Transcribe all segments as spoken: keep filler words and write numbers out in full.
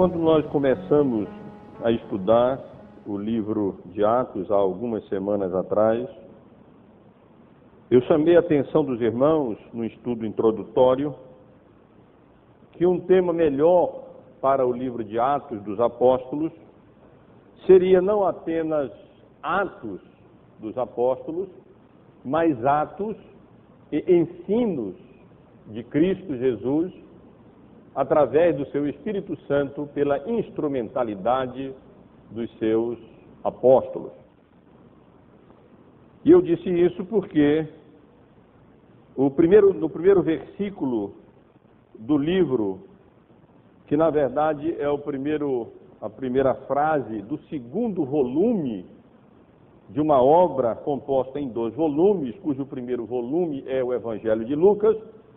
Quando nós começamos a estudar o livro de Atos, há algumas semanas atrás, eu chamei a atenção dos irmãos, no estudo introdutório, que um tema melhor para o livro de Atos dos Apóstolos seria não apenas Atos dos Apóstolos, mas Atos e ensinos de Cristo Jesus, através do seu Espírito Santo, pela instrumentalidade dos seus apóstolos. E eu disse isso porque o primeiro, no primeiro versículo do livro, que na verdade é o primeiro, a primeira frase do segundo volume de uma obra composta em dois volumes, cujo primeiro volume é o Evangelho de Lucas,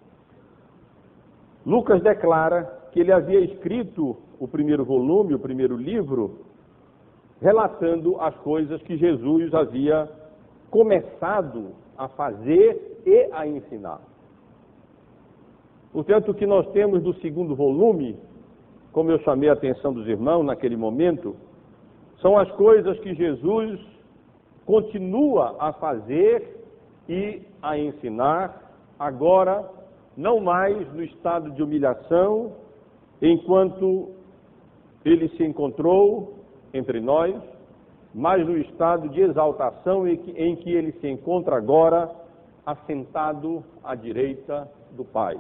Lucas declara que ele havia escrito o primeiro volume, o primeiro livro, relatando as coisas que Jesus havia começado a fazer e a ensinar. Portanto, o que nós temos do segundo volume, como eu chamei a atenção dos irmãos naquele momento, são as coisas que Jesus continua a fazer e a ensinar, agora não mais no estado de humilhação, enquanto ele se encontrou entre nós, mas no estado de exaltação em que, em que ele se encontra agora, assentado à direita do Pai.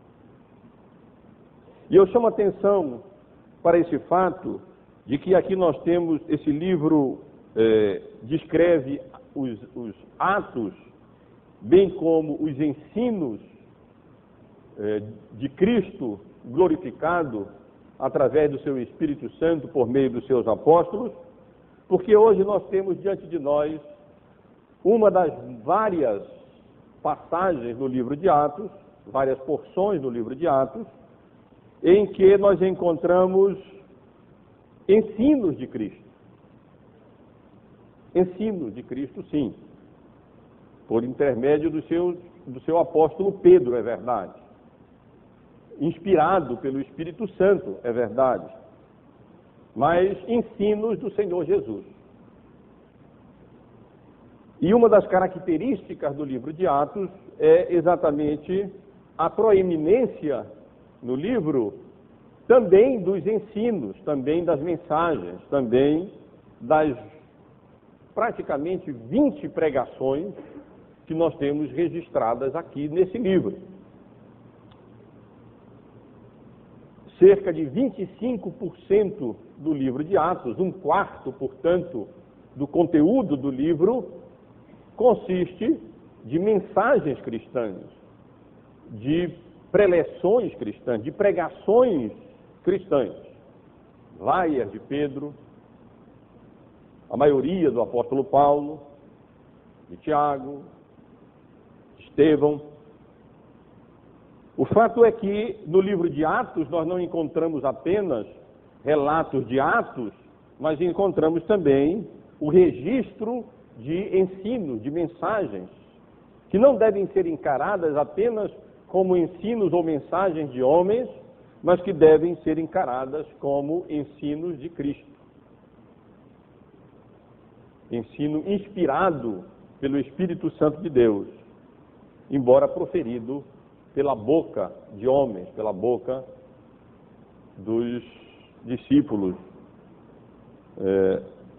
E eu chamo a atenção para esse fato de que aqui nós temos, esse livro eh, descreve os, os atos, bem como os ensinos de Cristo glorificado através do seu Espírito Santo por meio dos seus apóstolos, porque hoje nós temos diante de nós uma das várias passagens no livro de Atos, várias porções do livro de Atos, em que nós encontramos ensinos de Cristo. Ensinos de Cristo, sim, por intermédio do seu, do seu apóstolo Pedro, é verdade. Inspirado pelo Espírito Santo, é verdade, mas ensinos do Senhor Jesus. E uma das características do livro de Atos é exatamente a proeminência no livro também dos ensinos, também das mensagens, também das praticamente vinte pregações que nós temos registradas aqui nesse livro. Cerca de vinte e cinco por cento do livro de Atos, um quarto, portanto, do conteúdo do livro, consiste de mensagens cristãs, de preleções cristãs, de pregações cristãs. Várias de Pedro, a maioria do apóstolo Paulo, de Tiago, de Estevão. O fato é que no livro de Atos nós não encontramos apenas relatos de atos, mas encontramos também o registro de ensinos, de mensagens, que não devem ser encaradas apenas como ensinos ou mensagens de homens, mas que devem ser encaradas como ensinos de Cristo. Ensino inspirado pelo Espírito Santo de Deus, embora proferido pela boca de homens, pela boca dos discípulos é,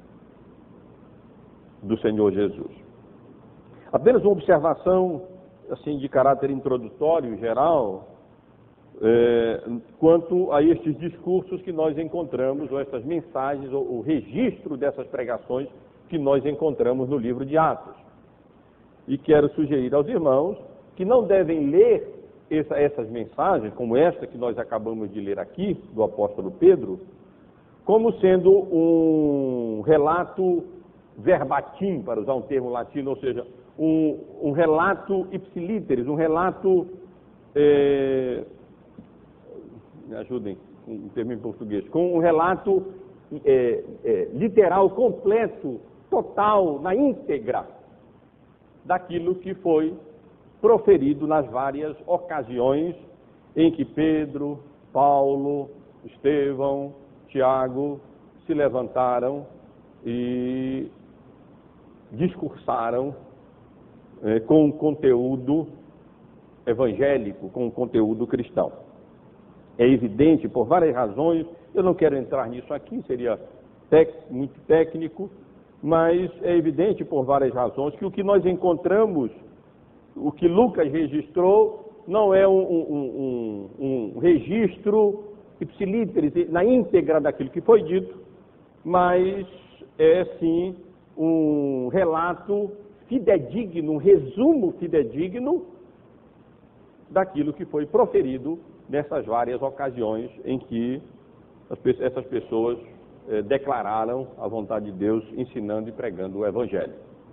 do Senhor Jesus. Apenas uma observação assim, de caráter introdutório geral é, quanto a estes discursos que nós encontramos, ou essas mensagens, ou o registro dessas pregações que nós encontramos no livro de Atos. E quero sugerir aos irmãos que não devem ler Essa, essas mensagens, como esta que nós acabamos de ler aqui, do apóstolo Pedro, como sendo um relato verbatim, para usar um termo latino, ou seja, um, um relato ipsilíteris, um relato, é, me ajudem, um termo em português, com um relato é, é, literal, completo, total, na íntegra, daquilo que foi proferido nas várias ocasiões em que Pedro, Paulo, Estevão Tiago se levantaram e discursaram eh, com um conteúdo evangélico, com um conteúdo cristão. É evidente, por várias razões, eu não quero entrar nisso aqui, seria tec, muito técnico, mas é evidente por várias razões que o que nós encontramos, o que Lucas registrou, não é um, um, um, um registro ipsilíteris na íntegra daquilo que foi dito, mas é sim um relato fidedigno, um resumo fidedigno daquilo que foi proferido nessas várias ocasiões em que essas pessoas eh, declararam a vontade de Deus, ensinando e pregando o Evangelho.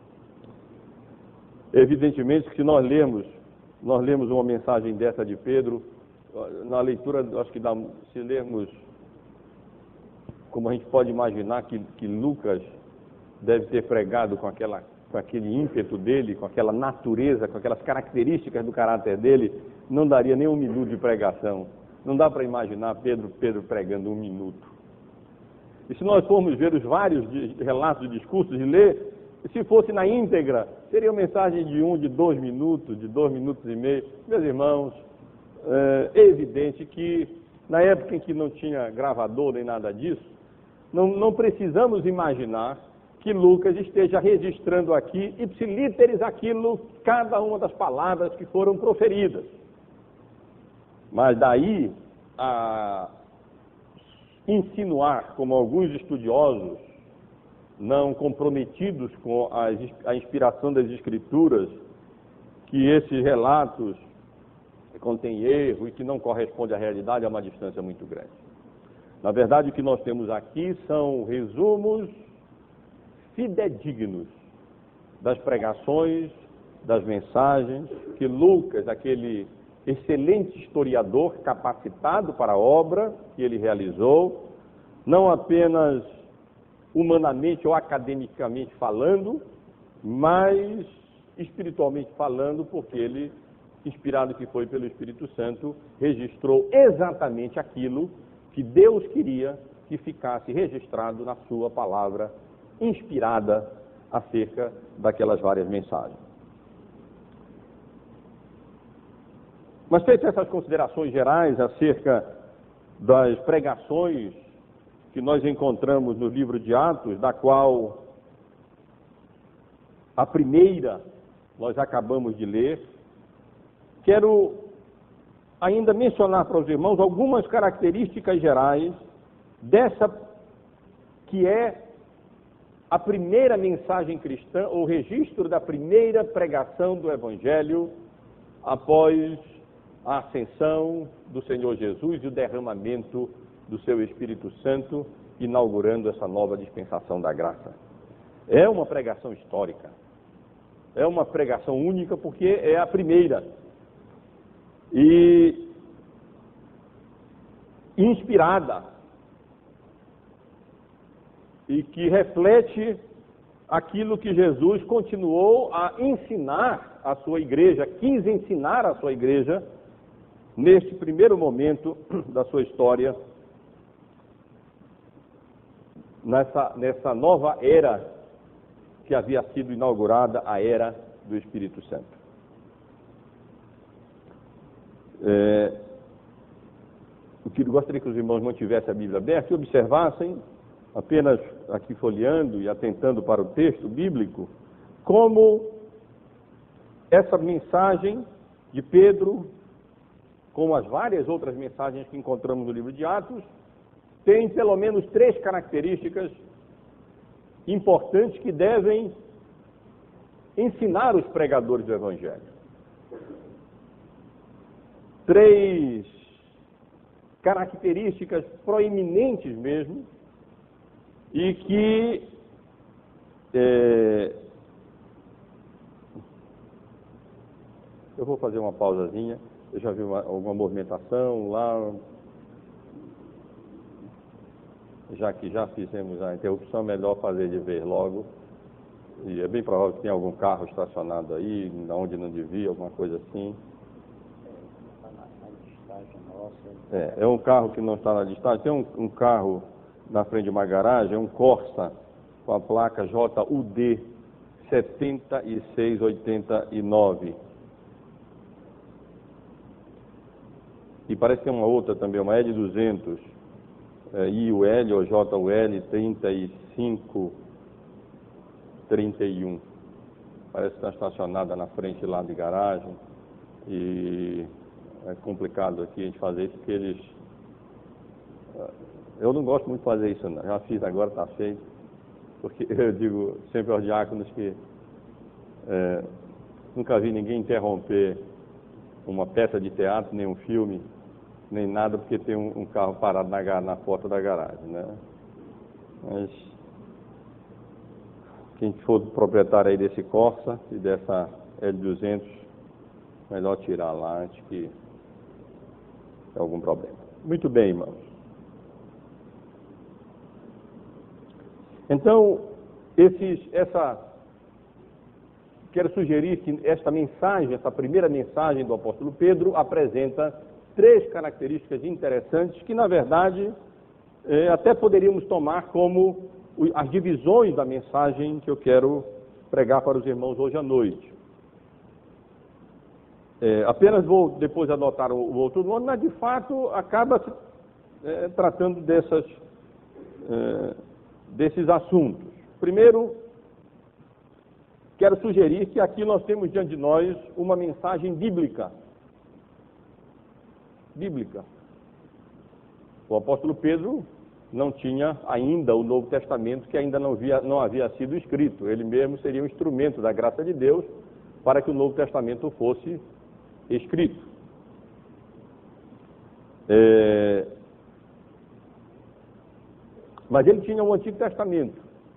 Evidentemente que se nós lemos, nós lemos uma mensagem dessa de Pedro, na leitura, acho que dá, se lermos, como a gente pode imaginar que, que Lucas deve ter pregado com, aquela, com aquele ímpeto dele, com aquela natureza, com aquelas características do caráter dele, não daria nem um minuto de pregação. Não dá para imaginar Pedro, Pedro pregando um minuto. E se nós formos ver os vários relatos de discursos e ler, se fosse na íntegra, seria uma mensagem de um, de dois minutos, de dois minutos e meio. Meus irmãos, é evidente que na época em que não tinha gravador nem nada disso, não, não precisamos imaginar que Lucas esteja registrando aqui ipsilíteris aquilo, cada uma das palavras que foram proferidas. Mas daí a insinuar, como alguns estudiosos não comprometidos com a, a inspiração das Escrituras, que esses relatos contêm erro e que não corresponde à realidade, é uma distância muito grande. Na verdade, o que nós temos aqui são resumos fidedignos das pregações, das mensagens que Lucas, aquele excelente historiador capacitado para a obra que ele realizou, não apenas humanamente ou academicamente falando, mas espiritualmente falando, porque ele, inspirado que foi pelo Espírito Santo, registrou exatamente aquilo que Deus queria que ficasse registrado na sua palavra inspirada acerca daquelas várias mensagens. Mas feitas essas considerações gerais acerca das pregações que nós encontramos no livro de Atos, da qual a primeira nós acabamos de ler, quero ainda mencionar para os irmãos algumas características gerais dessa que é a primeira mensagem cristã, ou registro da primeira pregação do Evangelho após a ascensão do Senhor Jesus e o derramamento do seu Espírito Santo, inaugurando essa nova dispensação da graça. É uma pregação histórica, é uma pregação única porque é a primeira e inspirada e que reflete aquilo que Jesus continuou a ensinar à sua igreja, quis ensinar à sua igreja neste primeiro momento da sua história, nessa, nessa nova era que havia sido inaugurada, a era do Espírito Santo. É, eu gostaria que os irmãos mantivessem a Bíblia aberta e observassem, apenas aqui folheando e atentando para o texto bíblico, como essa mensagem de Pedro, como as várias outras mensagens que encontramos no livro de Atos, tem pelo menos três características importantes que devem ensinar os pregadores do Evangelho. Três características proeminentes mesmo, e que é, eu vou fazer uma pausazinha. Eu já vi uma, alguma movimentação lá, já que já fizemos a interrupção, melhor fazer de vez logo. E é bem provável que tenha algum carro estacionado aí, onde não devia, alguma coisa assim. É, é um carro que não está na listagem. Tem um, um carro na frente de uma garagem, um Corsa com a placa J U D sete seis oito nove. E parece que tem uma outra também, uma L duzentos, é, I U L ou J U L trinta e cinco trinta e um. Parece que está estacionada na frente lá de garagem. E é complicado aqui a gente fazer isso, porque eles... Eu não gosto muito de fazer isso, não. Já fiz agora, está feio. Porque eu digo sempre aos diáconos que é, nunca vi ninguém interromper uma peça de teatro, nem um filme, nem nada, porque tem um, um carro parado na, na porta da garagem, né? Mas quem for proprietário aí desse Corsa e dessa L duzentos, melhor tirar lá antes que tenha algum problema. Muito bem, irmãos. Então, esses, essa, quero sugerir que esta mensagem, essa primeira mensagem do apóstolo Pedro, apresenta três características interessantes que, na verdade, é, até poderíamos tomar como as divisões da mensagem que eu quero pregar para os irmãos hoje à noite. É, apenas vou depois anotar o, o outro nome, mas de fato acaba é, tratando dessas, é, desses assuntos. Primeiro, quero sugerir que aqui nós temos diante de nós uma mensagem bíblica. Bíblica. O apóstolo Pedro não tinha ainda o Novo Testamento, que ainda não havia, não havia sido escrito. Ele mesmo seria um instrumento da graça de Deus para que o Novo Testamento fosse escrito. É... Mas ele tinha o Antigo Testamento.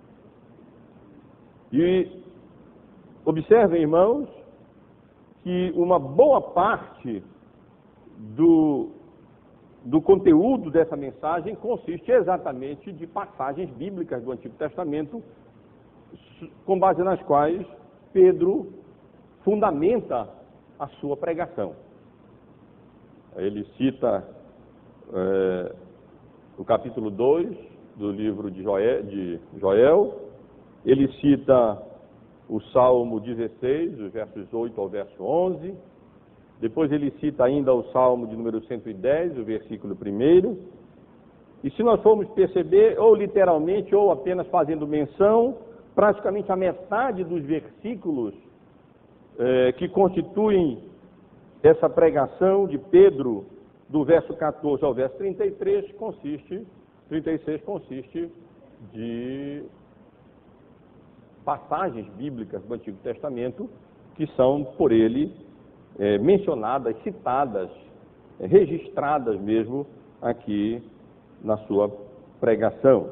E observem, irmãos, que uma boa parte do, do conteúdo dessa mensagem consiste exatamente de passagens bíblicas do Antigo Testamento, com base nas quais Pedro fundamenta a sua pregação. Ele cita é, o capítulo dois do livro de Joel, de Joel, ele cita o Salmo dezesseis, os versos oito ao verso onze, depois ele cita ainda o Salmo de número cento e dez, o versículo primeiro, e se nós formos perceber, ou literalmente, ou apenas fazendo menção, praticamente a metade dos versículos eh, que constituem essa pregação de Pedro, do verso quatorze ao verso trinta e três, consiste, trinta e seis, consiste de passagens bíblicas do Antigo Testamento que são por ele é, mencionadas, citadas, é, registradas mesmo aqui na sua pregação.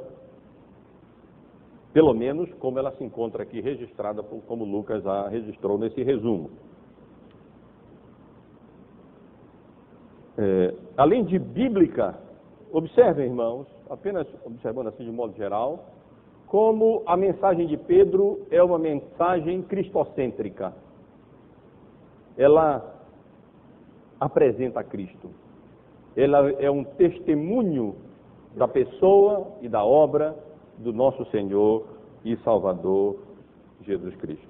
Pelo menos como ela se encontra aqui registrada, como Lucas a registrou nesse resumo. É, além de bíblica, observem, irmãos, apenas observando assim de modo geral, como a mensagem de Pedro é uma mensagem cristocêntrica. Ela apresenta Cristo. Ela é um testemunho da pessoa e da obra do nosso Senhor e Salvador Jesus Cristo.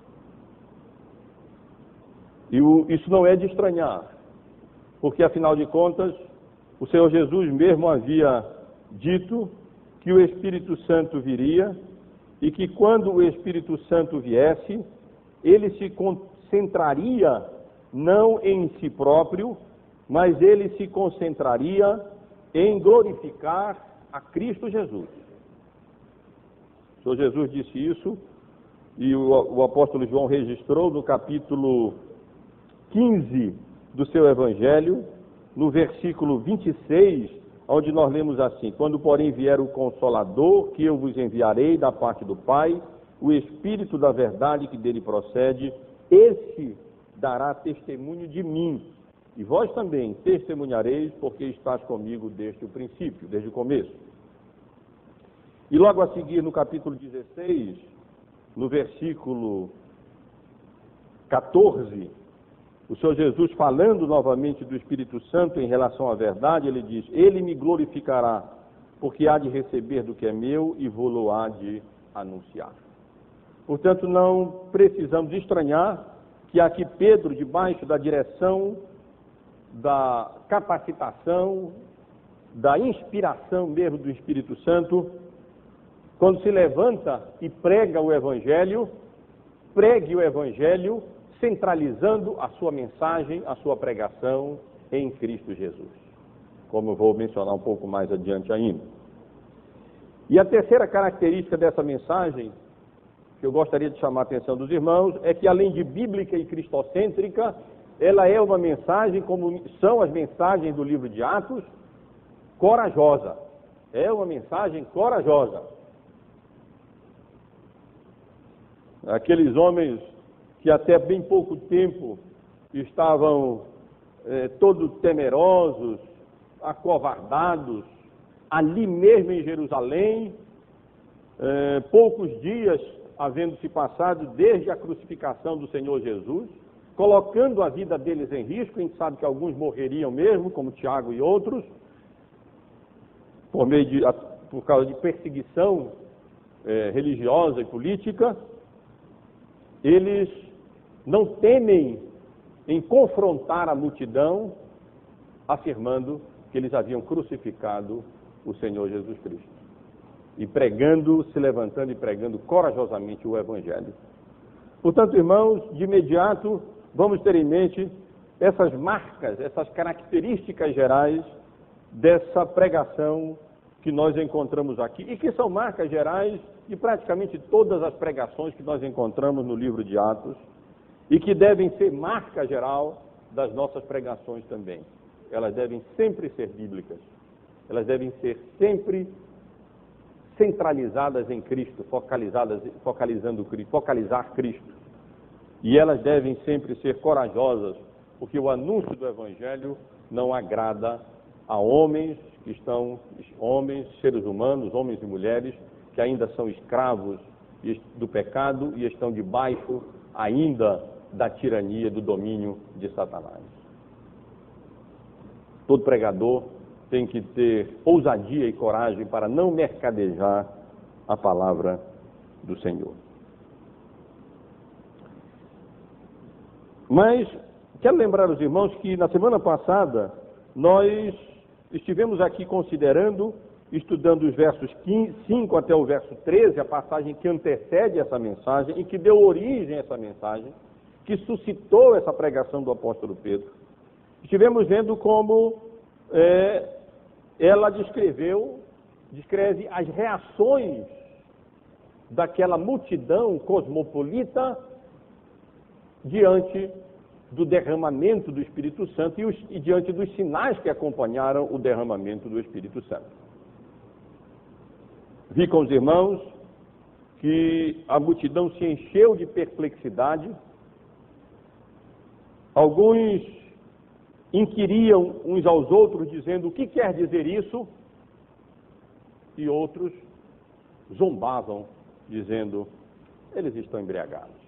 E o, isso não é de estranhar, porque afinal de contas, o Senhor Jesus mesmo havia dito que o Espírito Santo viria e que quando o Espírito Santo viesse, ele se concentraria não em si próprio, mas ele se concentraria em glorificar a Cristo Jesus. O Senhor Jesus disse isso e o, o apóstolo João registrou no capítulo quinze do seu Evangelho, no versículo vinte e seis, onde nós lemos assim: quando, porém, vier o Consolador, que eu vos enviarei da parte do Pai, o Espírito da verdade que dele procede, esse dará testemunho de mim. E vós também testemunhareis, porque estás comigo desde o princípio, desde o começo. E logo a seguir, no capítulo dezesseis, no versículo quatorze, o Senhor Jesus, falando novamente do Espírito Santo em relação à verdade, ele diz: ele me glorificará, porque há de receber do que é meu e vou-lo há de anunciar. Portanto, não precisamos estranhar que aqui Pedro, debaixo da direção, da capacitação, da inspiração mesmo do Espírito Santo, quando se levanta e prega o Evangelho, pregue o Evangelho centralizando a sua mensagem, a sua pregação em Cristo Jesus, como eu vou mencionar um pouco mais adiante ainda. E a terceira característica dessa mensagem, que eu gostaria de chamar a atenção dos irmãos, é que além de bíblica e cristocêntrica, ela é uma mensagem, como são as mensagens do livro de Atos, corajosa. É uma mensagem corajosa. Aqueles homens que até bem pouco tempo estavam eh, todos temerosos, acovardados, ali mesmo em Jerusalém, eh, poucos dias havendo se passado desde a crucificação do Senhor Jesus, colocando a vida deles em risco. A gente sabe que alguns morreriam mesmo, como Tiago e outros, por meio de, por causa de perseguição eh, religiosa e política. Eles não temem em confrontar a multidão, afirmando que eles haviam crucificado o Senhor Jesus Cristo. E pregando, se levantando e pregando corajosamente o Evangelho. Portanto, irmãos, de imediato, vamos ter em mente essas marcas, essas características gerais dessa pregação que nós encontramos aqui, e que são marcas gerais de praticamente todas as pregações que nós encontramos no livro de Atos, e que devem ser marca geral das nossas pregações também. Elas devem sempre ser bíblicas, elas devem ser sempre centralizadas em Cristo, focalizadas, focalizando Cristo, focalizar Cristo. E elas devem sempre ser corajosas, porque o anúncio do Evangelho não agrada a homens que estão, homens, seres humanos, homens e mulheres, que ainda são escravos do pecado e estão debaixo ainda da tirania, do domínio de Satanás. Todo pregador tem que ter ousadia e coragem para não mercadejar a palavra do Senhor. Mas quero lembrar os irmãos que na semana passada nós estivemos aqui considerando, estudando os versos cinco até o verso treze, a passagem que antecede essa mensagem e que deu origem a essa mensagem, que suscitou essa pregação do apóstolo Pedro. Estivemos vendo como é, ela descreveu, descreve as reações daquela multidão cosmopolita diante do derramamento do Espírito Santo e, os, e diante dos sinais que acompanharam o derramamento do Espírito Santo. Vi com os irmãos que a multidão se encheu de perplexidade. Alguns inquiriam uns aos outros, dizendo: o que quer dizer isso? E outros zombavam, dizendo: eles estão embriagados.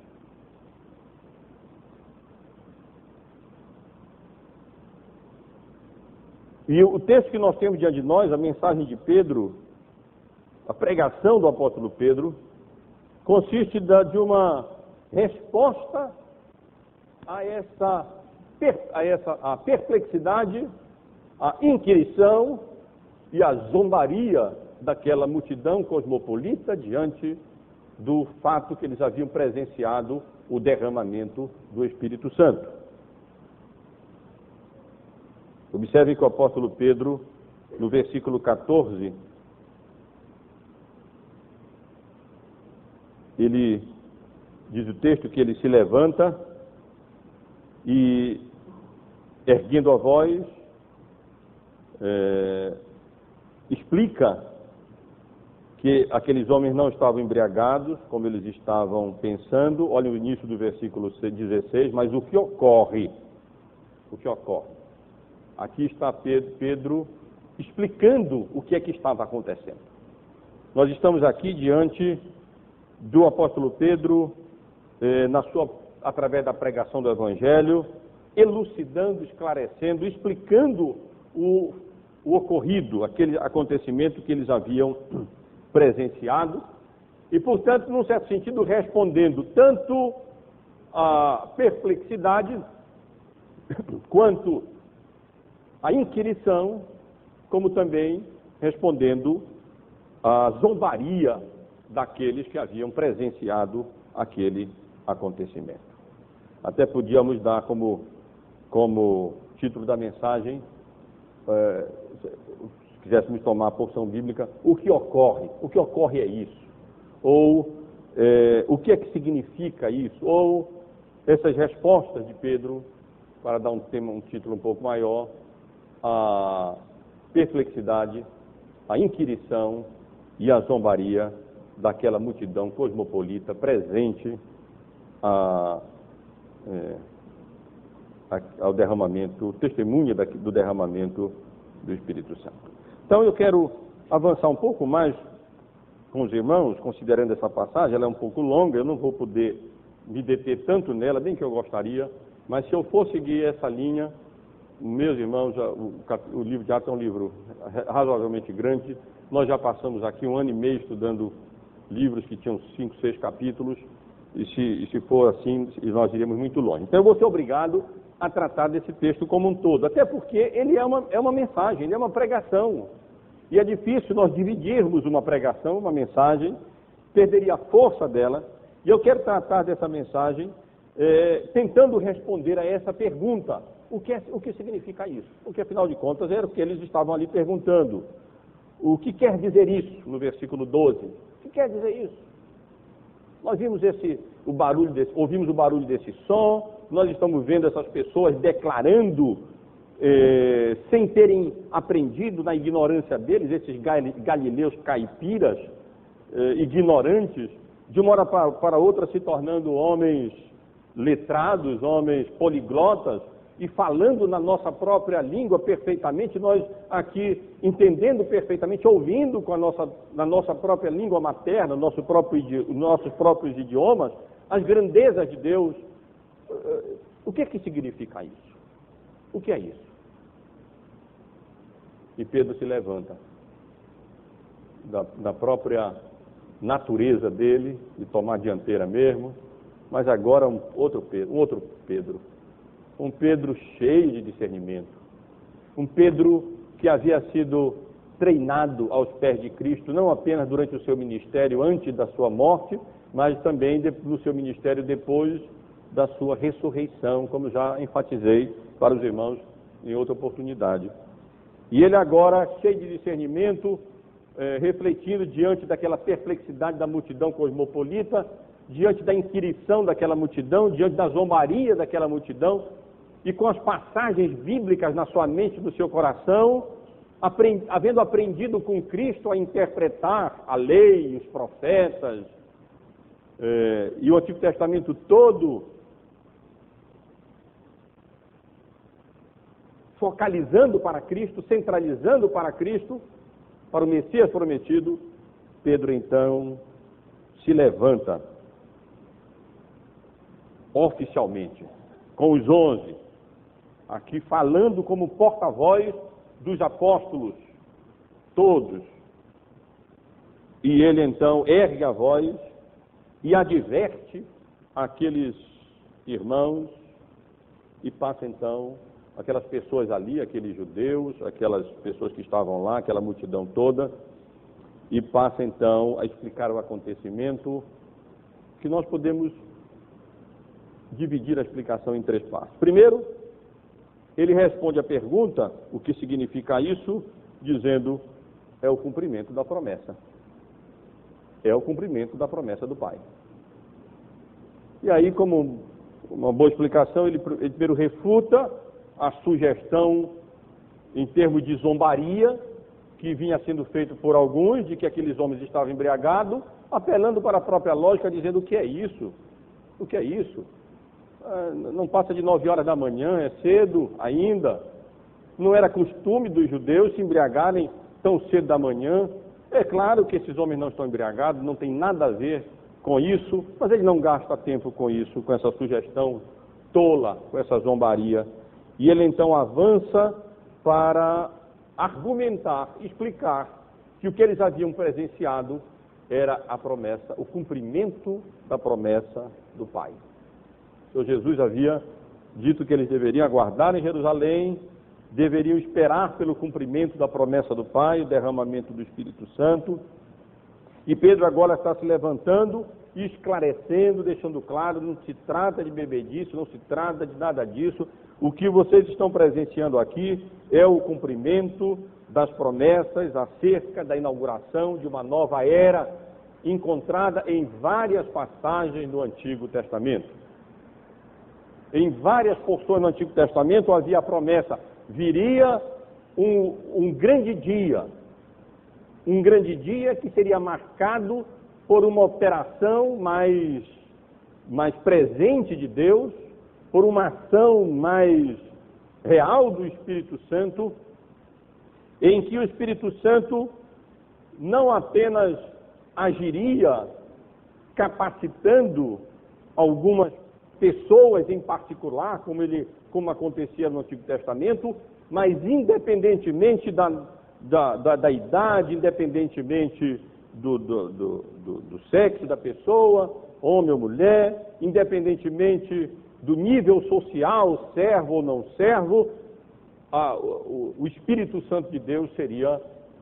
E o texto que nós temos diante de nós, a mensagem de Pedro, a pregação do apóstolo Pedro, consiste de uma resposta a essa, a essa a perplexidade, a inquirição e a zombaria daquela multidão cosmopolita diante do fato que eles haviam presenciado o derramamento do Espírito Santo. Observe que o apóstolo Pedro, no versículo catorze, ele diz o texto que ele se levanta e, erguendo a voz, é, explica que aqueles homens não estavam embriagados, como eles estavam pensando. Olha o início do versículo dezesseis, mas o que ocorre? O que ocorre? Aqui está Pedro, Pedro explicando o que é que estava acontecendo. Nós estamos aqui diante do apóstolo Pedro, eh, na sua, através da pregação do Evangelho, elucidando, esclarecendo, explicando o, o ocorrido, aquele acontecimento que eles haviam presenciado, e, portanto, num certo sentido, respondendo tanto à perplexidade quanto à inquirição, como também respondendo à zombaria daqueles que haviam presenciado aquele acontecimento. Até podíamos dar como, como título da mensagem, é, se quiséssemos tomar a porção bíblica, o que ocorre, o que ocorre é isso, ou é, o que é que significa isso, ou essas respostas de Pedro, para dar um tema, um título um pouco maior, a perplexidade, a inquirição e a zombaria daquela multidão cosmopolita presente a, é, a, ao derramamento, testemunha do derramamento do Espírito Santo. Então eu quero avançar um pouco mais com os irmãos, considerando essa passagem. Ela é um pouco longa, eu não vou poder me deter tanto nela, bem que eu gostaria, mas se eu for seguir essa linha, meus irmãos, o, o livro de Atos é um livro razoavelmente grande. Nós já passamos aqui um ano e meio estudando livros que tinham cinco, seis capítulos, e se, e se for assim, nós iríamos muito longe. Então eu vou ser obrigado a tratar desse texto como um todo, até porque ele é uma, é uma mensagem, ele é uma pregação, e é difícil nós dividirmos uma pregação, uma mensagem, perderia a força dela, e eu quero tratar dessa mensagem é, tentando responder a essa pergunta: o que, é, o que significa isso? Porque afinal de contas era o que eles estavam ali perguntando. O que quer dizer isso, no versículo doze? O que quer dizer isso? Nós vimos esse, o barulho desse, ouvimos o barulho desse som, nós estamos vendo essas pessoas declarando, eh, sem terem aprendido na ignorância deles, esses galileus caipiras, eh, ignorantes, de uma hora para, para outra se tornando homens letrados, homens poliglotas, e falando na nossa própria língua perfeitamente, nós aqui entendendo perfeitamente, ouvindo com a nossa, na nossa própria língua materna, nosso próprio, nossos próprios idiomas, as grandezas de Deus. O que é que significa isso? O que é isso? E Pedro se levanta da, da própria natureza dele, de tomar a dianteira mesmo, mas agora um outro Pedro, um outro Pedro. Um Pedro cheio de discernimento, um Pedro que havia sido treinado aos pés de Cristo, não apenas durante o seu ministério antes da sua morte, mas também no seu ministério depois da sua ressurreição, como já enfatizei para os irmãos em outra oportunidade. E ele agora, cheio de discernimento, eh, refletindo diante daquela perplexidade da multidão cosmopolita, diante da inquirição daquela multidão, diante da zombaria daquela multidão, e com as passagens bíblicas na sua mente, no seu coração, aprend, havendo aprendido com Cristo a interpretar a lei, os profetas, eh, e o Antigo Testamento todo, focalizando para Cristo, centralizando para Cristo, para o Messias prometido, Pedro então se levanta oficialmente, com os onze, aqui falando como porta-voz dos apóstolos, todos. E ele então ergue a voz e adverte aqueles irmãos, e passa então aquelas pessoas ali, aqueles judeus, aquelas pessoas que estavam lá, aquela multidão toda, e passa então a explicar o acontecimento, que nós podemos dividir a explicação em três partes. Primeiro, ele responde a pergunta, o que significa isso, dizendo: é o cumprimento da promessa. É o cumprimento da promessa do Pai. E aí, como uma boa explicação, ele, ele primeiro refuta a sugestão em termos de zombaria que vinha sendo feito por alguns, de que aqueles homens estavam embriagados, apelando para a própria lógica, dizendo: o que é isso? O que é isso? Não passa de nove horas da manhã, é cedo ainda. Não era costume dos judeus se embriagarem tão cedo da manhã. É claro que esses homens não estão embriagados, não tem nada a ver com isso, mas ele não gasta tempo com isso, com essa sugestão tola, com essa zombaria. E ele então avança para argumentar, explicar que o que eles haviam presenciado era a promessa, o cumprimento da promessa do Pai. O Senhor Jesus havia dito que eles deveriam aguardar em Jerusalém, deveriam esperar pelo cumprimento da promessa do Pai, o derramamento do Espírito Santo. E Pedro agora está se levantando e esclarecendo, deixando claro, não se trata de bebedice, não se trata de nada disso. O que vocês estão presenciando aqui é o cumprimento das promessas acerca da inauguração de uma nova era encontrada em várias passagens do Antigo Testamento. Em várias porções do Antigo Testamento havia a promessa: viria um, um grande dia, um grande dia que seria marcado por uma operação mais, mais presente de Deus, por uma ação mais real do Espírito Santo, em que o Espírito Santo não apenas agiria capacitando algumas pessoas em particular, como, ele, como acontecia no Antigo Testamento, mas independentemente da, da, da, da idade, independentemente do, do, do, do, do sexo da pessoa, homem ou mulher, independentemente do nível social, servo ou não servo, a, o, o Espírito Santo de Deus seria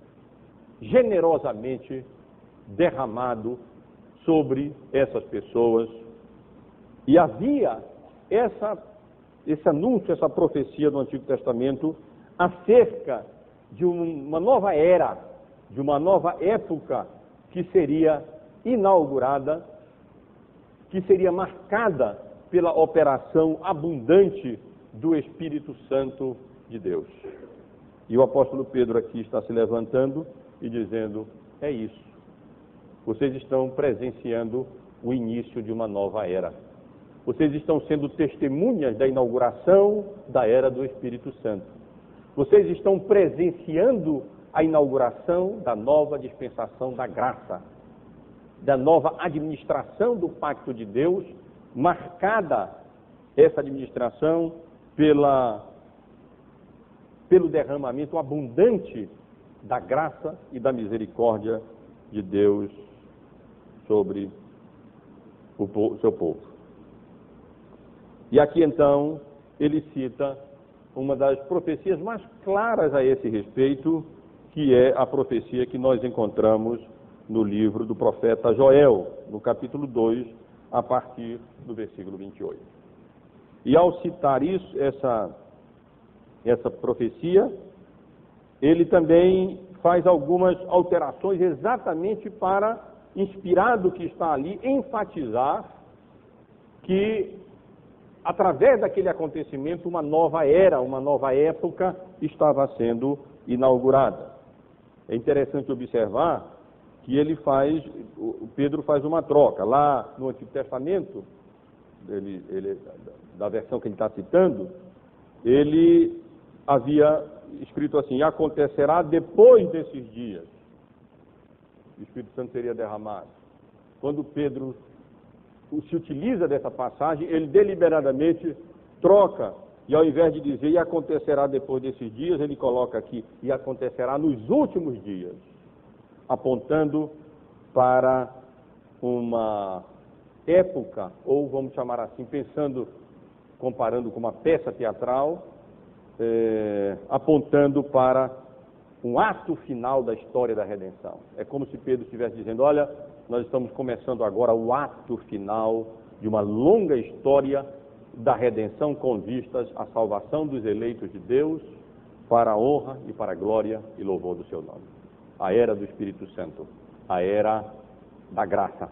generosamente derramado sobre essas pessoas. E havia essa, esse anúncio, essa profecia do Antigo Testamento acerca de uma nova era, de uma nova época que seria inaugurada, que seria marcada pela operação abundante do Espírito Santo de Deus. E o apóstolo Pedro aqui está se levantando e dizendo: é isso. Vocês estão presenciando o início de uma nova era. Vocês estão sendo testemunhas da inauguração da era do Espírito Santo. Vocês estão presenciando a inauguração da nova dispensação da graça, da nova administração do pacto de Deus, marcada essa administração pela, pelo derramamento abundante da graça e da misericórdia de Deus sobre o seu povo. E aqui então ele cita uma das profecias mais claras a esse respeito, que é a profecia que nós encontramos no livro do profeta Joel, no capítulo dois, a partir do versículo vinte e oito. E ao citar isso, essa, essa profecia, ele também faz algumas alterações exatamente para, inspirado que está ali, enfatizar que através daquele acontecimento, uma nova era, uma nova época estava sendo inaugurada. É interessante observar que ele faz, o Pedro faz uma troca. Lá no Antigo Testamento, ele, ele, da versão que ele está citando, ele havia escrito assim: acontecerá depois desses dias, o Espírito Santo seria derramado. Quando Pedro se utiliza dessa passagem, ele deliberadamente troca, e ao invés de dizer e acontecerá depois desses dias, ele coloca aqui e acontecerá nos últimos dias, apontando para uma época, ou vamos chamar assim, pensando, comparando com uma peça teatral, é, apontando para um ato final da história da redenção. É como se Pedro estivesse dizendo: olha, nós estamos começando agora o ato final de uma longa história da redenção com vistas à salvação dos eleitos de Deus para a honra e para a glória e louvor do seu nome. A era do Espírito Santo, a era da graça.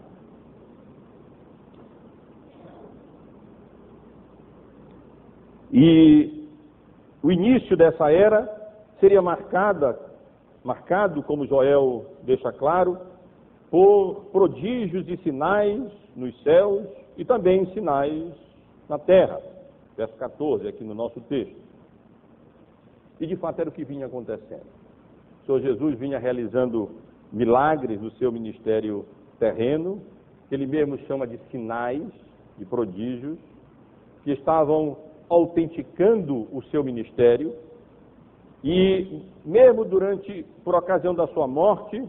E o início dessa era seria marcada, marcado, como Joel deixa claro, por prodígios e sinais nos céus e também sinais na terra. Verso catorze, aqui no nosso texto. E de fato era o que vinha acontecendo. O Senhor Jesus vinha realizando milagres no seu ministério terreno, que ele mesmo chama de sinais, de prodígios, que estavam autenticando o seu ministério, E mesmo durante, por ocasião da sua morte,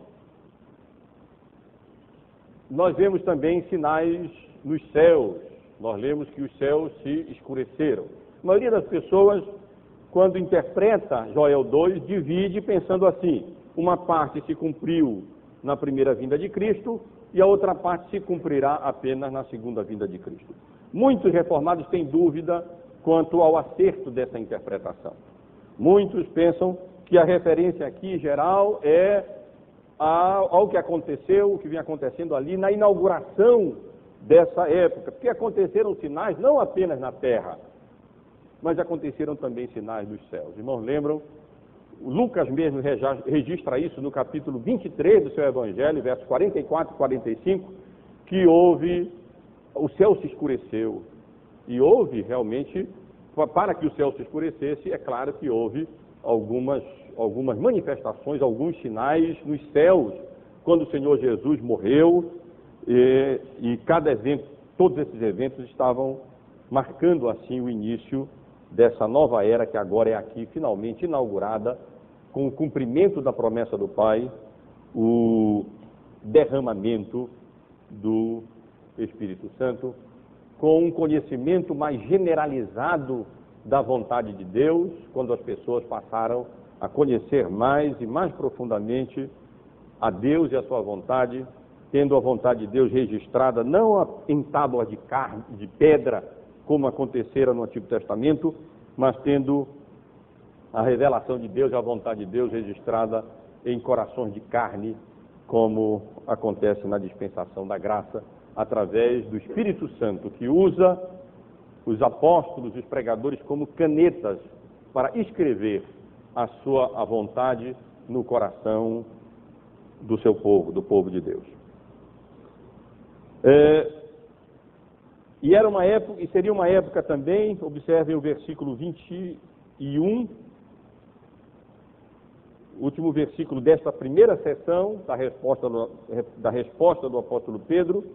nós vemos também sinais nos céus. Nós lemos que os céus se escureceram. A maioria das pessoas, quando interpreta Joel dois, divide pensando assim: uma parte se cumpriu na primeira vinda de Cristo e a outra parte se cumprirá apenas na segunda vinda de Cristo. Muitos reformados têm dúvida quanto ao acerto dessa interpretação. Muitos pensam que a referência aqui geral é ao que aconteceu, o que vem acontecendo ali na inauguração dessa época, porque aconteceram sinais não apenas na terra, mas aconteceram também sinais nos céus. Irmãos, lembram? Lucas mesmo registra isso no capítulo vinte e três do seu Evangelho, versos quarenta e quatro e quarenta e cinco, que houve, o céu se escureceu. E houve realmente, para que o céu se escurecesse, é claro que houve algumas, algumas manifestações, alguns sinais nos céus, quando o Senhor Jesus morreu, e, e cada evento, todos esses eventos estavam marcando assim o início dessa nova era que agora é aqui finalmente inaugurada, com o cumprimento da promessa do Pai, o derramamento do Espírito Santo, com um conhecimento mais generalizado da vontade de Deus, quando as pessoas passaram a conhecer mais e mais profundamente a Deus e a sua vontade, tendo a vontade de Deus registrada não em tábuas de carne, de pedra, como acontecera no Antigo Testamento, mas tendo a revelação de Deus e a vontade de Deus registrada em corações de carne, como acontece na dispensação da graça, através do Espírito Santo, que usa os apóstolos e os pregadores como canetas para escrever a sua a vontade no coração do seu povo, do povo de Deus. É, e era uma época, e seria uma época também, observem o versículo vinte e um, último versículo desta primeira sessão da resposta do, da resposta do apóstolo Pedro,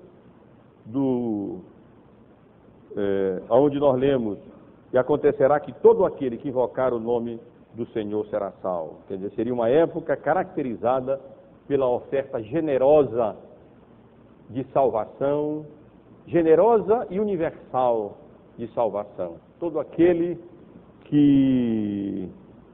do, é, onde nós lemos: e acontecerá que todo aquele que invocar o nome do Senhor será salvo. Quer dizer, seria uma época caracterizada pela oferta generosa de salvação, generosa e universal de salvação. Todo aquele que,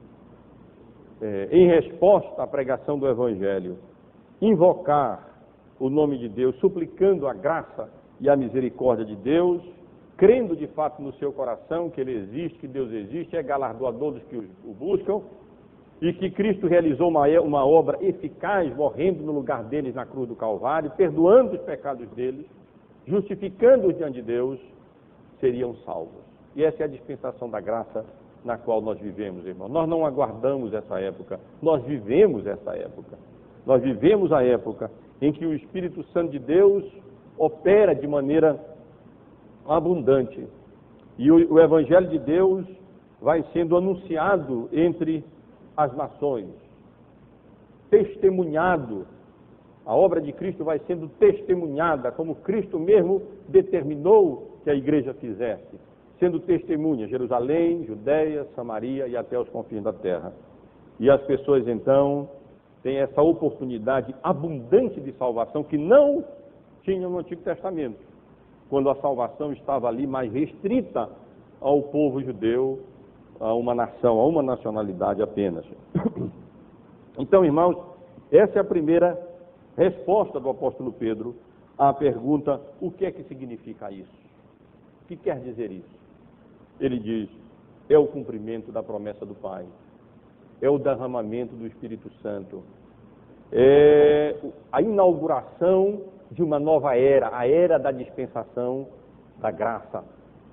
é, em resposta à pregação do Evangelho, invocar o nome de Deus, suplicando a graça e a misericórdia de Deus, crendo de fato no seu coração que Ele existe, que Deus existe, é galardoador dos que o buscam, e que Cristo realizou uma, uma obra eficaz, morrendo no lugar deles na cruz do Calvário, perdoando os pecados deles, justificando-os diante de Deus, seriam salvos. E essa é a dispensação da graça na qual nós vivemos, irmão. Nós não aguardamos essa época, nós vivemos essa época. Nós vivemos a época em que o Espírito Santo de Deus opera de maneira abundante. E o, o Evangelho de Deus vai sendo anunciado entre as nações, testemunhado. A obra de Cristo vai sendo testemunhada, como Cristo mesmo determinou que a igreja fizesse, sendo testemunha, Jerusalém, Judeia, Samaria e até os confins da terra. E as pessoas então têm essa oportunidade abundante de salvação que não tinham no Antigo Testamento, quando a salvação estava ali mais restrita ao povo judeu, a uma nação, a uma nacionalidade apenas. Então, irmãos, essa é a primeira resposta do apóstolo Pedro à pergunta: o que é que significa isso? O que quer dizer isso? Ele diz: é o cumprimento da promessa do Pai, é o derramamento do Espírito Santo, é a inauguração de uma nova era, a era da dispensação da graça,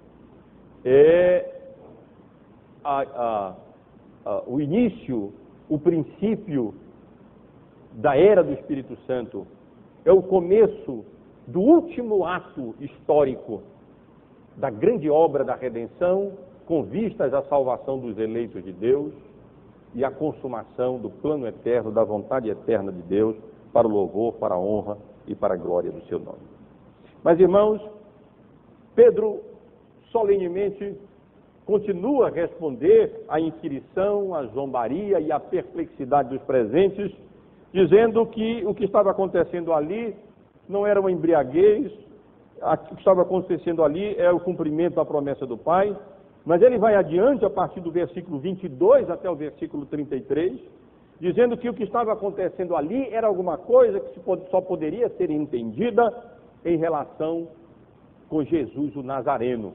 é a, a, a, o início, o princípio da era do Espírito Santo, é o começo do último ato histórico da grande obra da redenção, com vistas à salvação dos eleitos de Deus e à consumação do plano eterno, da vontade eterna de Deus, para o louvor, para a honra e para a glória do seu nome. Mas, irmãos, Pedro solenemente continua a responder à inquirição, à zombaria e à perplexidade dos presentes, dizendo que o que estava acontecendo ali não era uma embriaguez, o que estava acontecendo ali é o cumprimento da promessa do Pai, mas ele vai adiante a partir do versículo vinte e dois até o versículo trinta e três, dizendo que o que estava acontecendo ali era alguma coisa que só poderia ser entendida em relação com Jesus o Nazareno.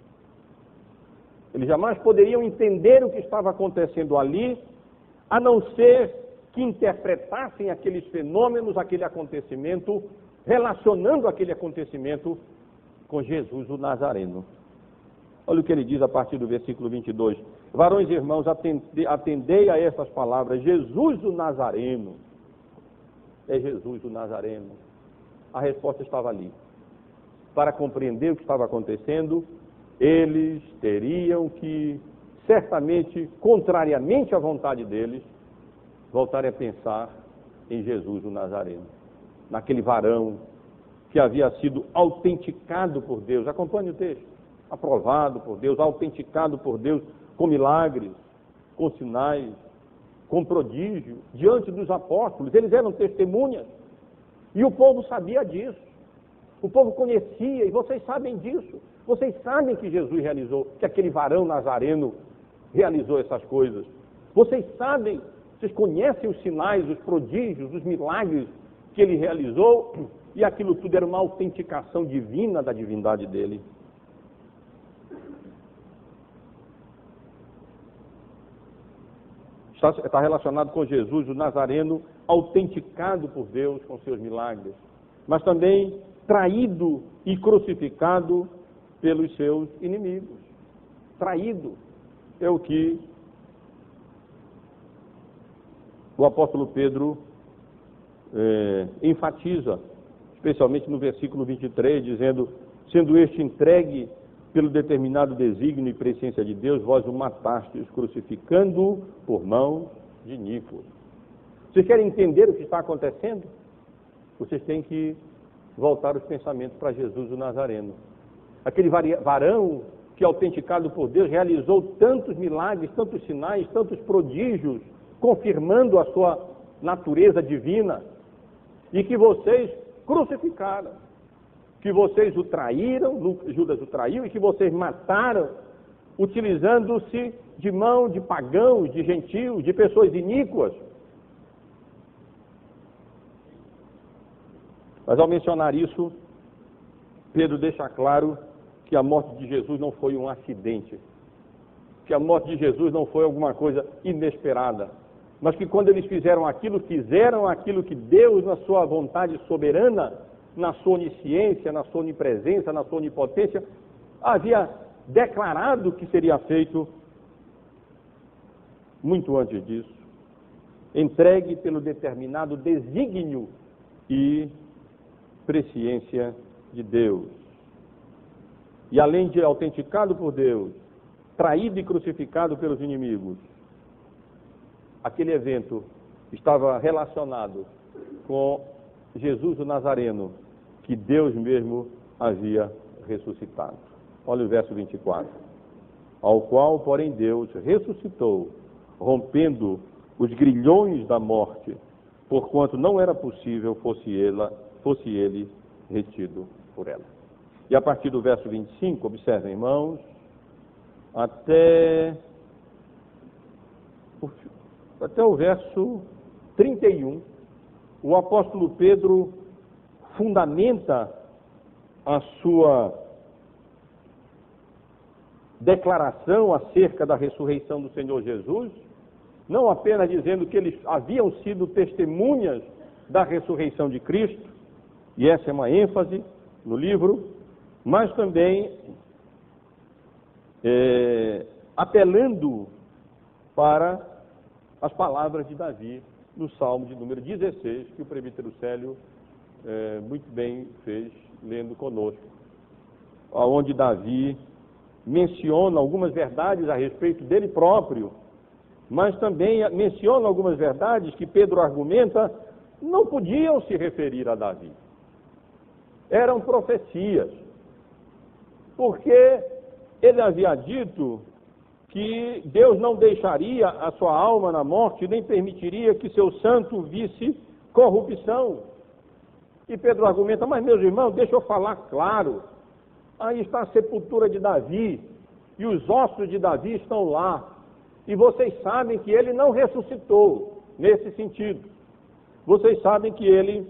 Eles jamais poderiam entender o que estava acontecendo ali, a não ser que interpretassem aqueles fenômenos, aquele acontecimento, relacionando aquele acontecimento com Jesus o Nazareno. Olha o que ele diz a partir do versículo vinte e dois. Varões e irmãos, atendei a essas palavras. Jesus o Nazareno. É Jesus o Nazareno. A resposta estava ali. Para compreender o que estava acontecendo, eles teriam que, certamente, contrariamente à vontade deles, voltarem a pensar em Jesus o Nazareno. Naquele varão que havia sido autenticado por Deus. Acompanhe o texto. Aprovado por Deus, autenticado por Deus, com milagres, com sinais, com prodígio, diante dos apóstolos. Eles eram testemunhas. E o povo sabia disso. O povo conhecia, e vocês sabem disso. Vocês sabem que Jesus realizou, que aquele varão nazareno realizou essas coisas. Vocês sabem, vocês conhecem os sinais, os prodígios, os milagres que ele realizou, e aquilo tudo era uma autenticação divina da divindade dele. Está, está relacionado com Jesus, o Nazareno, autenticado por Deus com seus milagres, mas também traído e crucificado pelos seus inimigos. Traído é o que o apóstolo Pedro é, enfatiza, especialmente no versículo vinte e três, dizendo: sendo este entregue pelo determinado desígnio e presciência de Deus, vós o matastes, crucificando-o por mãos de iníquos. Vocês querem entender o que está acontecendo? Vocês têm que voltar os pensamentos para Jesus o Nazareno. Aquele varão que, autenticado por Deus, realizou tantos milagres, tantos sinais, tantos prodígios, confirmando a sua natureza divina, e que vocês crucificaram, que vocês o traíram, Judas o traiu, e que vocês mataram, utilizando-se de mão de pagãos, de gentios, de pessoas iníquas. Mas ao mencionar isso, Pedro deixa claro que a morte de Jesus não foi um acidente, que a morte de Jesus não foi alguma coisa inesperada, mas que quando eles fizeram aquilo, fizeram aquilo que Deus, na sua vontade soberana, na sua onisciência, na sua onipresença, na sua onipotência, havia declarado que seria feito muito antes disso, entregue pelo determinado desígnio e presciência de Deus. E além de autenticado por Deus, traído e crucificado pelos inimigos, aquele evento estava relacionado com Jesus o Nazareno, que Deus mesmo havia ressuscitado. Olha o verso vinte e quatro. Ao qual, porém, Deus ressuscitou, rompendo os grilhões da morte, porquanto não era possível fosse, ela, fosse ele retido por ela. E a partir do verso vinte e cinco, observem, irmãos, até, até o verso trinta e um, o apóstolo Pedro fundamenta a sua declaração acerca da ressurreição do Senhor Jesus, não apenas dizendo que eles haviam sido testemunhas da ressurreição de Cristo, e essa é uma ênfase no livro, mas também é, apelando para as palavras de Davi no Salmo de número dezesseis, que o presbítero Célio é, muito bem fez lendo conosco, onde Davi menciona algumas verdades a respeito dele próprio, mas também menciona algumas verdades que Pedro argumenta não podiam se referir a Davi. Eram profecias, porque ele havia dito que Deus não deixaria a sua alma na morte, nem permitiria que seu santo visse corrupção. E Pedro argumenta, mas meus irmãos, deixa eu falar claro, aí está a sepultura de Davi, e os ossos de Davi estão lá, e vocês sabem que ele não ressuscitou, nesse sentido. Vocês sabem que ele,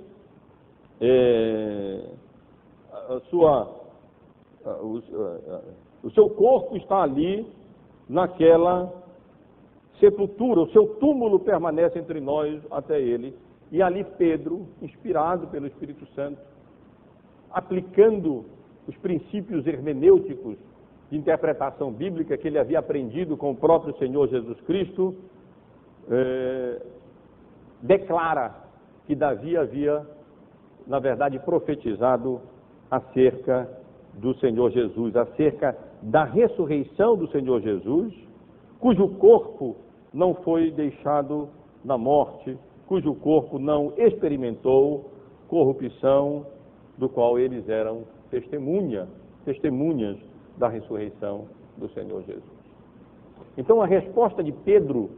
é, a sua, a, o, a, o seu corpo está ali, naquela sepultura, o seu túmulo permanece entre nós até ele. E ali Pedro, inspirado pelo Espírito Santo, aplicando os princípios hermenêuticos de interpretação bíblica que ele havia aprendido com o próprio Senhor Jesus Cristo, é, declara que Davi havia, na verdade, profetizado acerca do Senhor Jesus, acerca da ressurreição do Senhor Jesus, cujo corpo não foi deixado na morte, cujo corpo não experimentou corrupção, do qual eles eram testemunha, testemunhas da ressurreição do Senhor Jesus. Então, a resposta de Pedro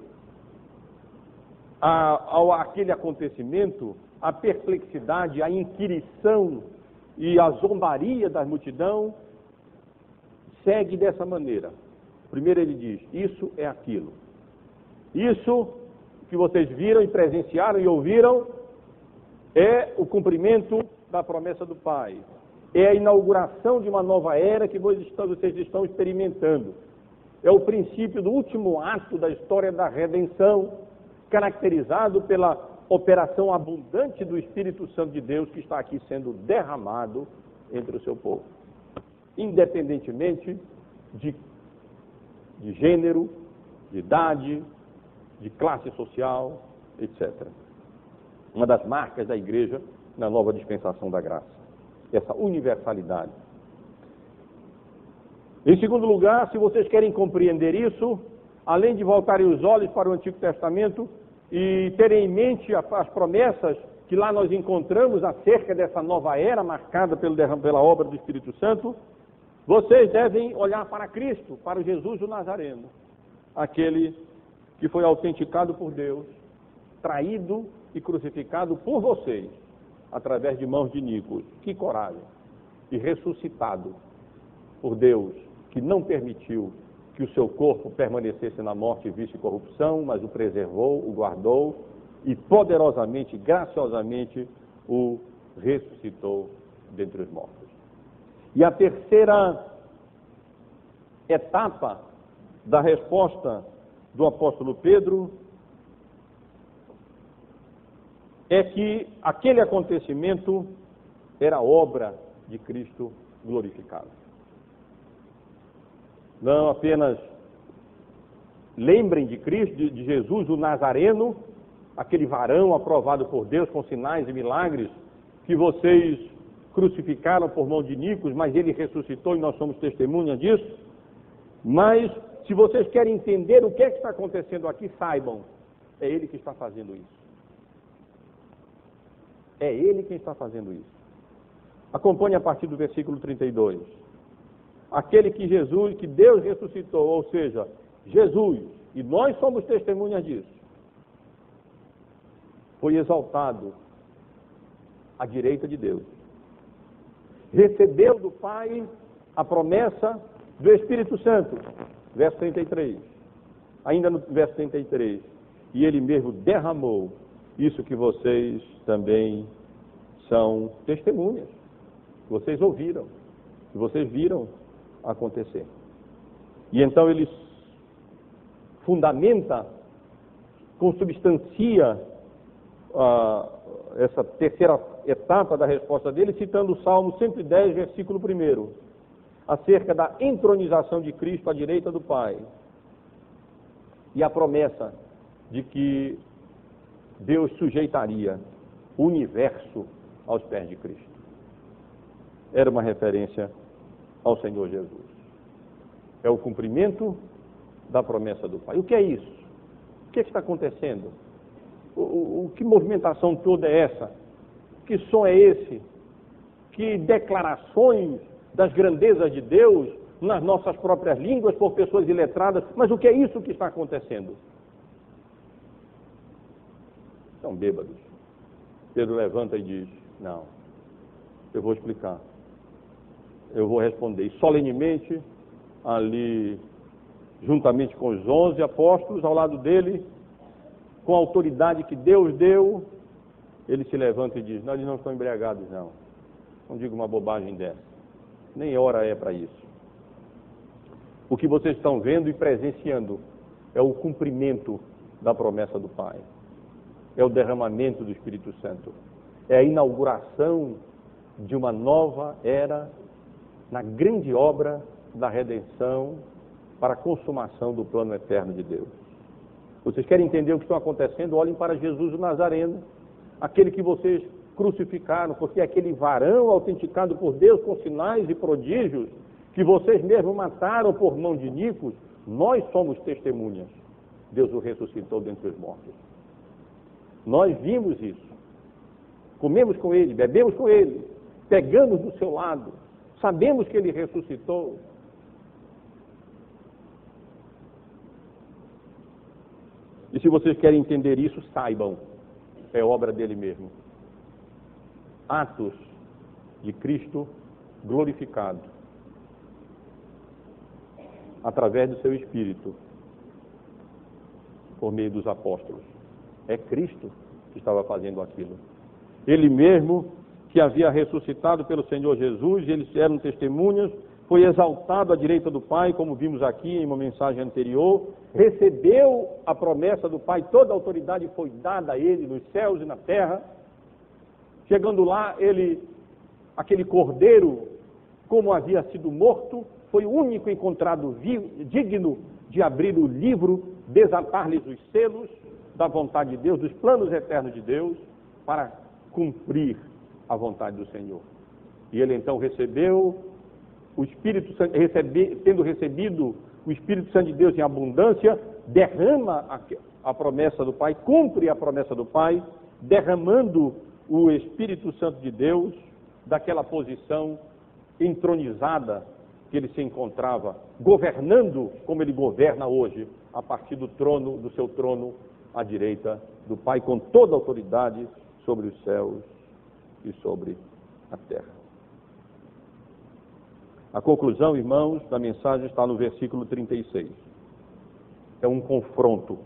a, ao aquele acontecimento, a perplexidade, a inquirição e a zombaria da multidão, segue dessa maneira. Primeiro ele diz, isso é aquilo. Isso que vocês viram e presenciaram e ouviram é o cumprimento da promessa do Pai. É a inauguração de uma nova era que vocês estão experimentando. É o princípio do último ato da história da redenção, caracterizado pela operação abundante do Espírito Santo de Deus que está aqui sendo derramado entre o seu povo. Independentemente de, de gênero, de idade, de classe social, etcétera. Uma das marcas da igreja na nova dispensação da graça. Essa universalidade. Em segundo lugar, se vocês querem compreender isso, além de voltarem os olhos para o Antigo Testamento e terem em mente as promessas que lá nós encontramos acerca dessa nova era marcada pelo, pela obra do Espírito Santo, vocês devem olhar para Cristo, para o Jesus o Nazareno, aquele que foi autenticado por Deus, traído e crucificado por vocês, através de mãos de iníquos. Que coragem! E ressuscitado por Deus, que não permitiu que o seu corpo permanecesse na morte e visse corrupção, mas o preservou, o guardou e poderosamente, graciosamente, o ressuscitou dentre os mortos. E a terceira etapa da resposta do apóstolo Pedro é que aquele acontecimento era obra de Cristo glorificado. Não apenas lembrem de Cristo, de, de Jesus, o Nazareno, aquele varão aprovado por Deus com sinais e milagres, que vocês crucificaram por mão de iníquos, mas ele ressuscitou e nós somos testemunha disso. Mas, se vocês querem entender o que é que está acontecendo aqui, saibam, é ele que está fazendo isso. É ele quem está fazendo isso. Acompanhe a partir do versículo trinta e dois. Aquele que Jesus, que Deus ressuscitou, ou seja, Jesus, e nós somos testemunhas disso, foi exaltado à direita de Deus. Recebeu do Pai a promessa do Espírito Santo. Verso trinta e três. Ainda no verso trinta e três. E ele mesmo derramou isso que vocês também são testemunhas. Vocês ouviram, que vocês viram acontecer. E então ele fundamenta, consubstancia uh, essa terceira etapa da resposta dele, citando o Salmo cento e dez, versículo um, acerca da entronização de Cristo à direita do Pai e a promessa de que Deus sujeitaria o universo aos pés de Cristo. Era uma referência ao Senhor Jesus. É o cumprimento da promessa do Pai. O que é isso? O que, é que está acontecendo? O, o, o que movimentação toda é essa? Que som é esse? Que declarações das grandezas de Deus nas nossas próprias línguas por pessoas iletradas. Mas o que é isso que está acontecendo? São bêbados. Pedro levanta e diz: não, eu vou explicar. Eu vou responder. E solenemente, ali, juntamente com os onze apóstolos, ao lado dele, com a autoridade que Deus deu, ele se levanta e diz: não, eles não estão embriagados, não. Não digo uma bobagem dessa. Nem hora é para isso. O que vocês estão vendo e presenciando é o cumprimento da promessa do Pai. É o derramamento do Espírito Santo. É a inauguração de uma nova era na grande obra da redenção para a consumação do plano eterno de Deus. Vocês querem entender o que está acontecendo? Olhem para Jesus o Nazareno, aquele que vocês crucificaram, porque é aquele varão autenticado por Deus com sinais e prodígios que vocês mesmos mataram por mão de iníquos. Nós somos testemunhas. Deus o ressuscitou dentre os mortos. Nós vimos isso. Comemos com ele, bebemos com ele, pegamos do seu lado, sabemos que ele ressuscitou. E se vocês querem entender isso, saibam, é obra dele mesmo. Atos de Cristo glorificado, através do seu Espírito, por meio dos apóstolos. É Cristo que estava fazendo aquilo. Ele mesmo, que havia ressuscitado pelo Senhor Jesus, e eles eram testemunhas, foi exaltado à direita do Pai, como vimos aqui em uma mensagem anterior, recebeu a promessa do Pai, toda a autoridade foi dada a ele nos céus e na terra. Chegando lá, ele, aquele cordeiro, como havia sido morto, foi o único encontrado vivo, digno de abrir o livro, desatar-lhes os selos da vontade de Deus, dos planos eternos de Deus, para cumprir a vontade do Senhor. E ele então recebeu o Espírito Santo, recebe, tendo recebido o Espírito Santo de Deus em abundância, derrama a, a promessa do Pai, cumpre a promessa do Pai, derramando o Espírito Santo de Deus daquela posição entronizada que ele se encontrava, governando como ele governa hoje, a partir do trono, do seu trono à direita do Pai, com toda a autoridade sobre os céus e sobre a terra. A conclusão, irmãos, da mensagem está no versículo trinta e seis. É um confronto.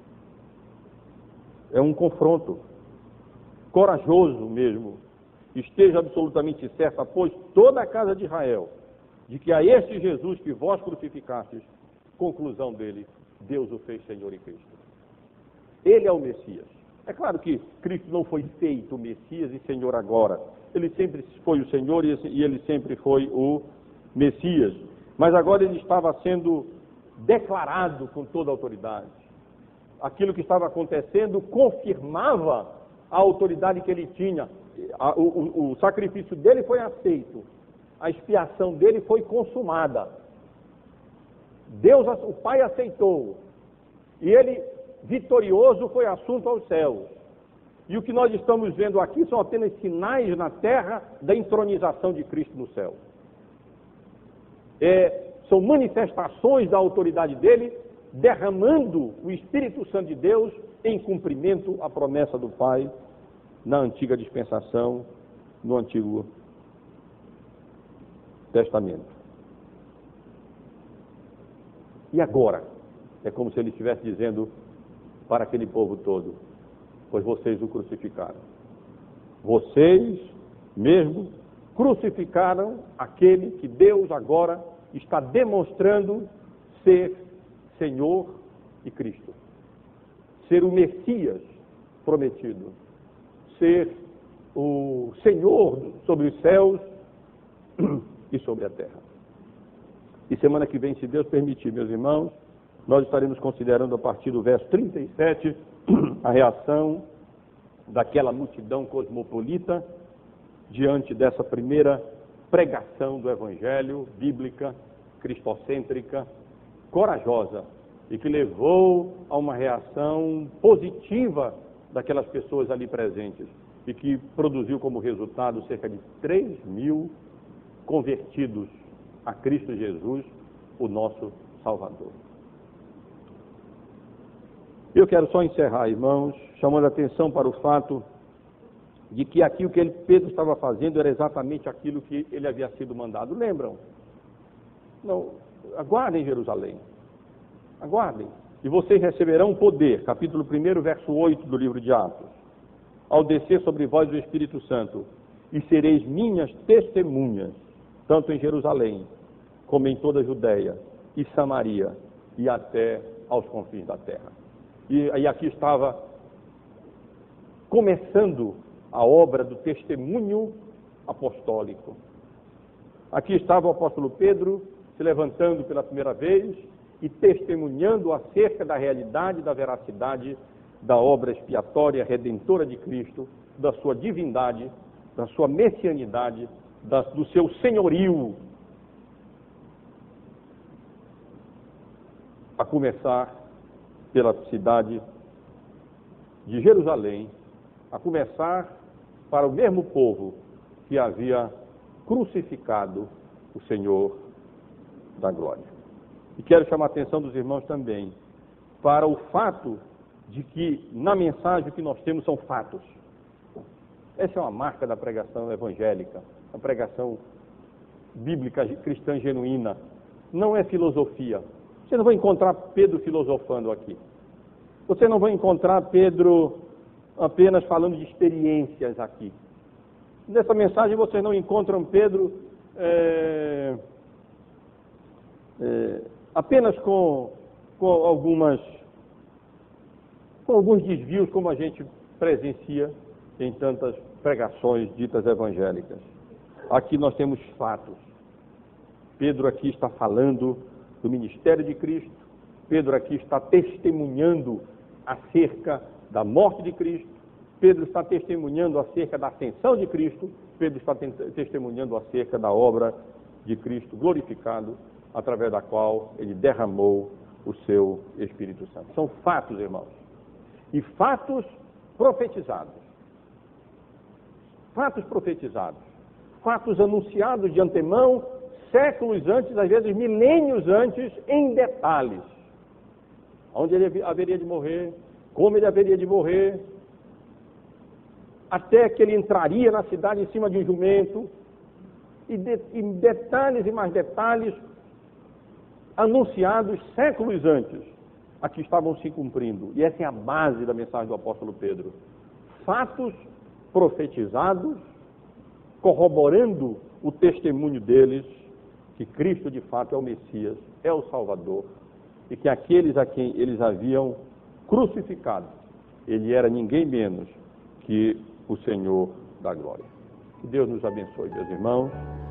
É um confronto. Corajoso mesmo. Esteja absolutamente certa, pois, toda a casa de Israel, de que a este Jesus que vós crucificastes, conclusão dele, Deus o fez Senhor e Cristo. Ele é o Messias. É claro que Cristo não foi feito Messias e Senhor agora. Ele sempre foi o Senhor e ele sempre foi o Messias. Mas agora ele estava sendo declarado com toda a autoridade. Aquilo que estava acontecendo confirmava a autoridade que ele tinha. O, o, o sacrifício dele foi aceito. A expiação dele foi consumada. Deus, o Pai aceitou. E ele, vitorioso, foi assunto aos céus. E o que nós estamos vendo aqui são apenas sinais na terra da entronização de Cristo no céu. É, são manifestações da autoridade dele, derramando o Espírito Santo de Deus em cumprimento à promessa do Pai na antiga dispensação, no Antigo Testamento. E agora? É como se ele estivesse dizendo para aquele povo todo: pois vocês o crucificaram. Vocês mesmo crucificaram aquele que Deus agora está demonstrando ser Senhor e Cristo. Ser o Messias prometido. Ser o Senhor sobre os céus e sobre a terra. E semana que vem, se Deus permitir, meus irmãos, nós estaremos considerando a partir do verso trinta e sete a reação daquela multidão cosmopolita diante dessa primeira pregação do Evangelho, bíblica, cristocêntrica, corajosa, e que levou a uma reação positiva daquelas pessoas ali presentes, e que produziu como resultado cerca de três mil convertidos a Cristo Jesus, o nosso Salvador. Eu quero só encerrar, irmãos, chamando a atenção para o fato de que aqui o que ele, Pedro estava fazendo era exatamente aquilo que ele havia sido mandado. Lembram? Não, aguardem Jerusalém. Aguardem. E vocês receberão poder, capítulo primeiro, verso oito do livro de Atos. Ao descer sobre vós o Espírito Santo, e sereis minhas testemunhas, tanto em Jerusalém, como em toda a Judéia e Samaria, e até aos confins da terra. E, e aqui estava começando a obra do testemunho apostólico. Aqui estava o apóstolo Pedro se levantando pela primeira vez e testemunhando acerca da realidade e da veracidade da obra expiatória redentora de Cristo, da sua divindade, da sua messianidade, da, do seu senhorio, a começar pela cidade de Jerusalém, a começar para o mesmo povo que havia crucificado o Senhor da glória. E quero chamar a atenção dos irmãos também para o fato de que na mensagem o que nós temos são fatos. Essa é uma marca da pregação evangélica, a pregação bíblica cristã genuína. Não é filosofia. Você não vai encontrar Pedro filosofando aqui. Você não vai encontrar Pedro apenas falando de experiências aqui. Nessa mensagem vocês não encontram Pedro é, é, apenas com, com algumas com alguns desvios como a gente presencia em tantas pregações ditas evangélicas. Aqui nós temos fatos. Pedro aqui está falando do ministério de Cristo. Pedro aqui está testemunhando acerca da morte de Cristo. Pedro está testemunhando acerca da ascensão de Cristo. Pedro está testemunhando acerca da obra de Cristo glorificado, através da qual ele derramou o seu Espírito Santo. São fatos, irmãos. E fatos profetizados. Fatos profetizados. Fatos anunciados de antemão, séculos antes, às vezes milênios antes, em detalhes. Onde ele haveria de morrer, como ele haveria de morrer, até que ele entraria na cidade em cima de um jumento, e, de, e detalhes e mais detalhes anunciados séculos antes, aqui estavam se cumprindo. E essa é a base da mensagem do apóstolo Pedro. Fatos profetizados, corroborando o testemunho deles, que Cristo de fato é o Messias, é o Salvador, e que aqueles a quem eles haviam crucificado, ele era ninguém menos que o Senhor da glória. Que Deus nos abençoe, meus irmãos.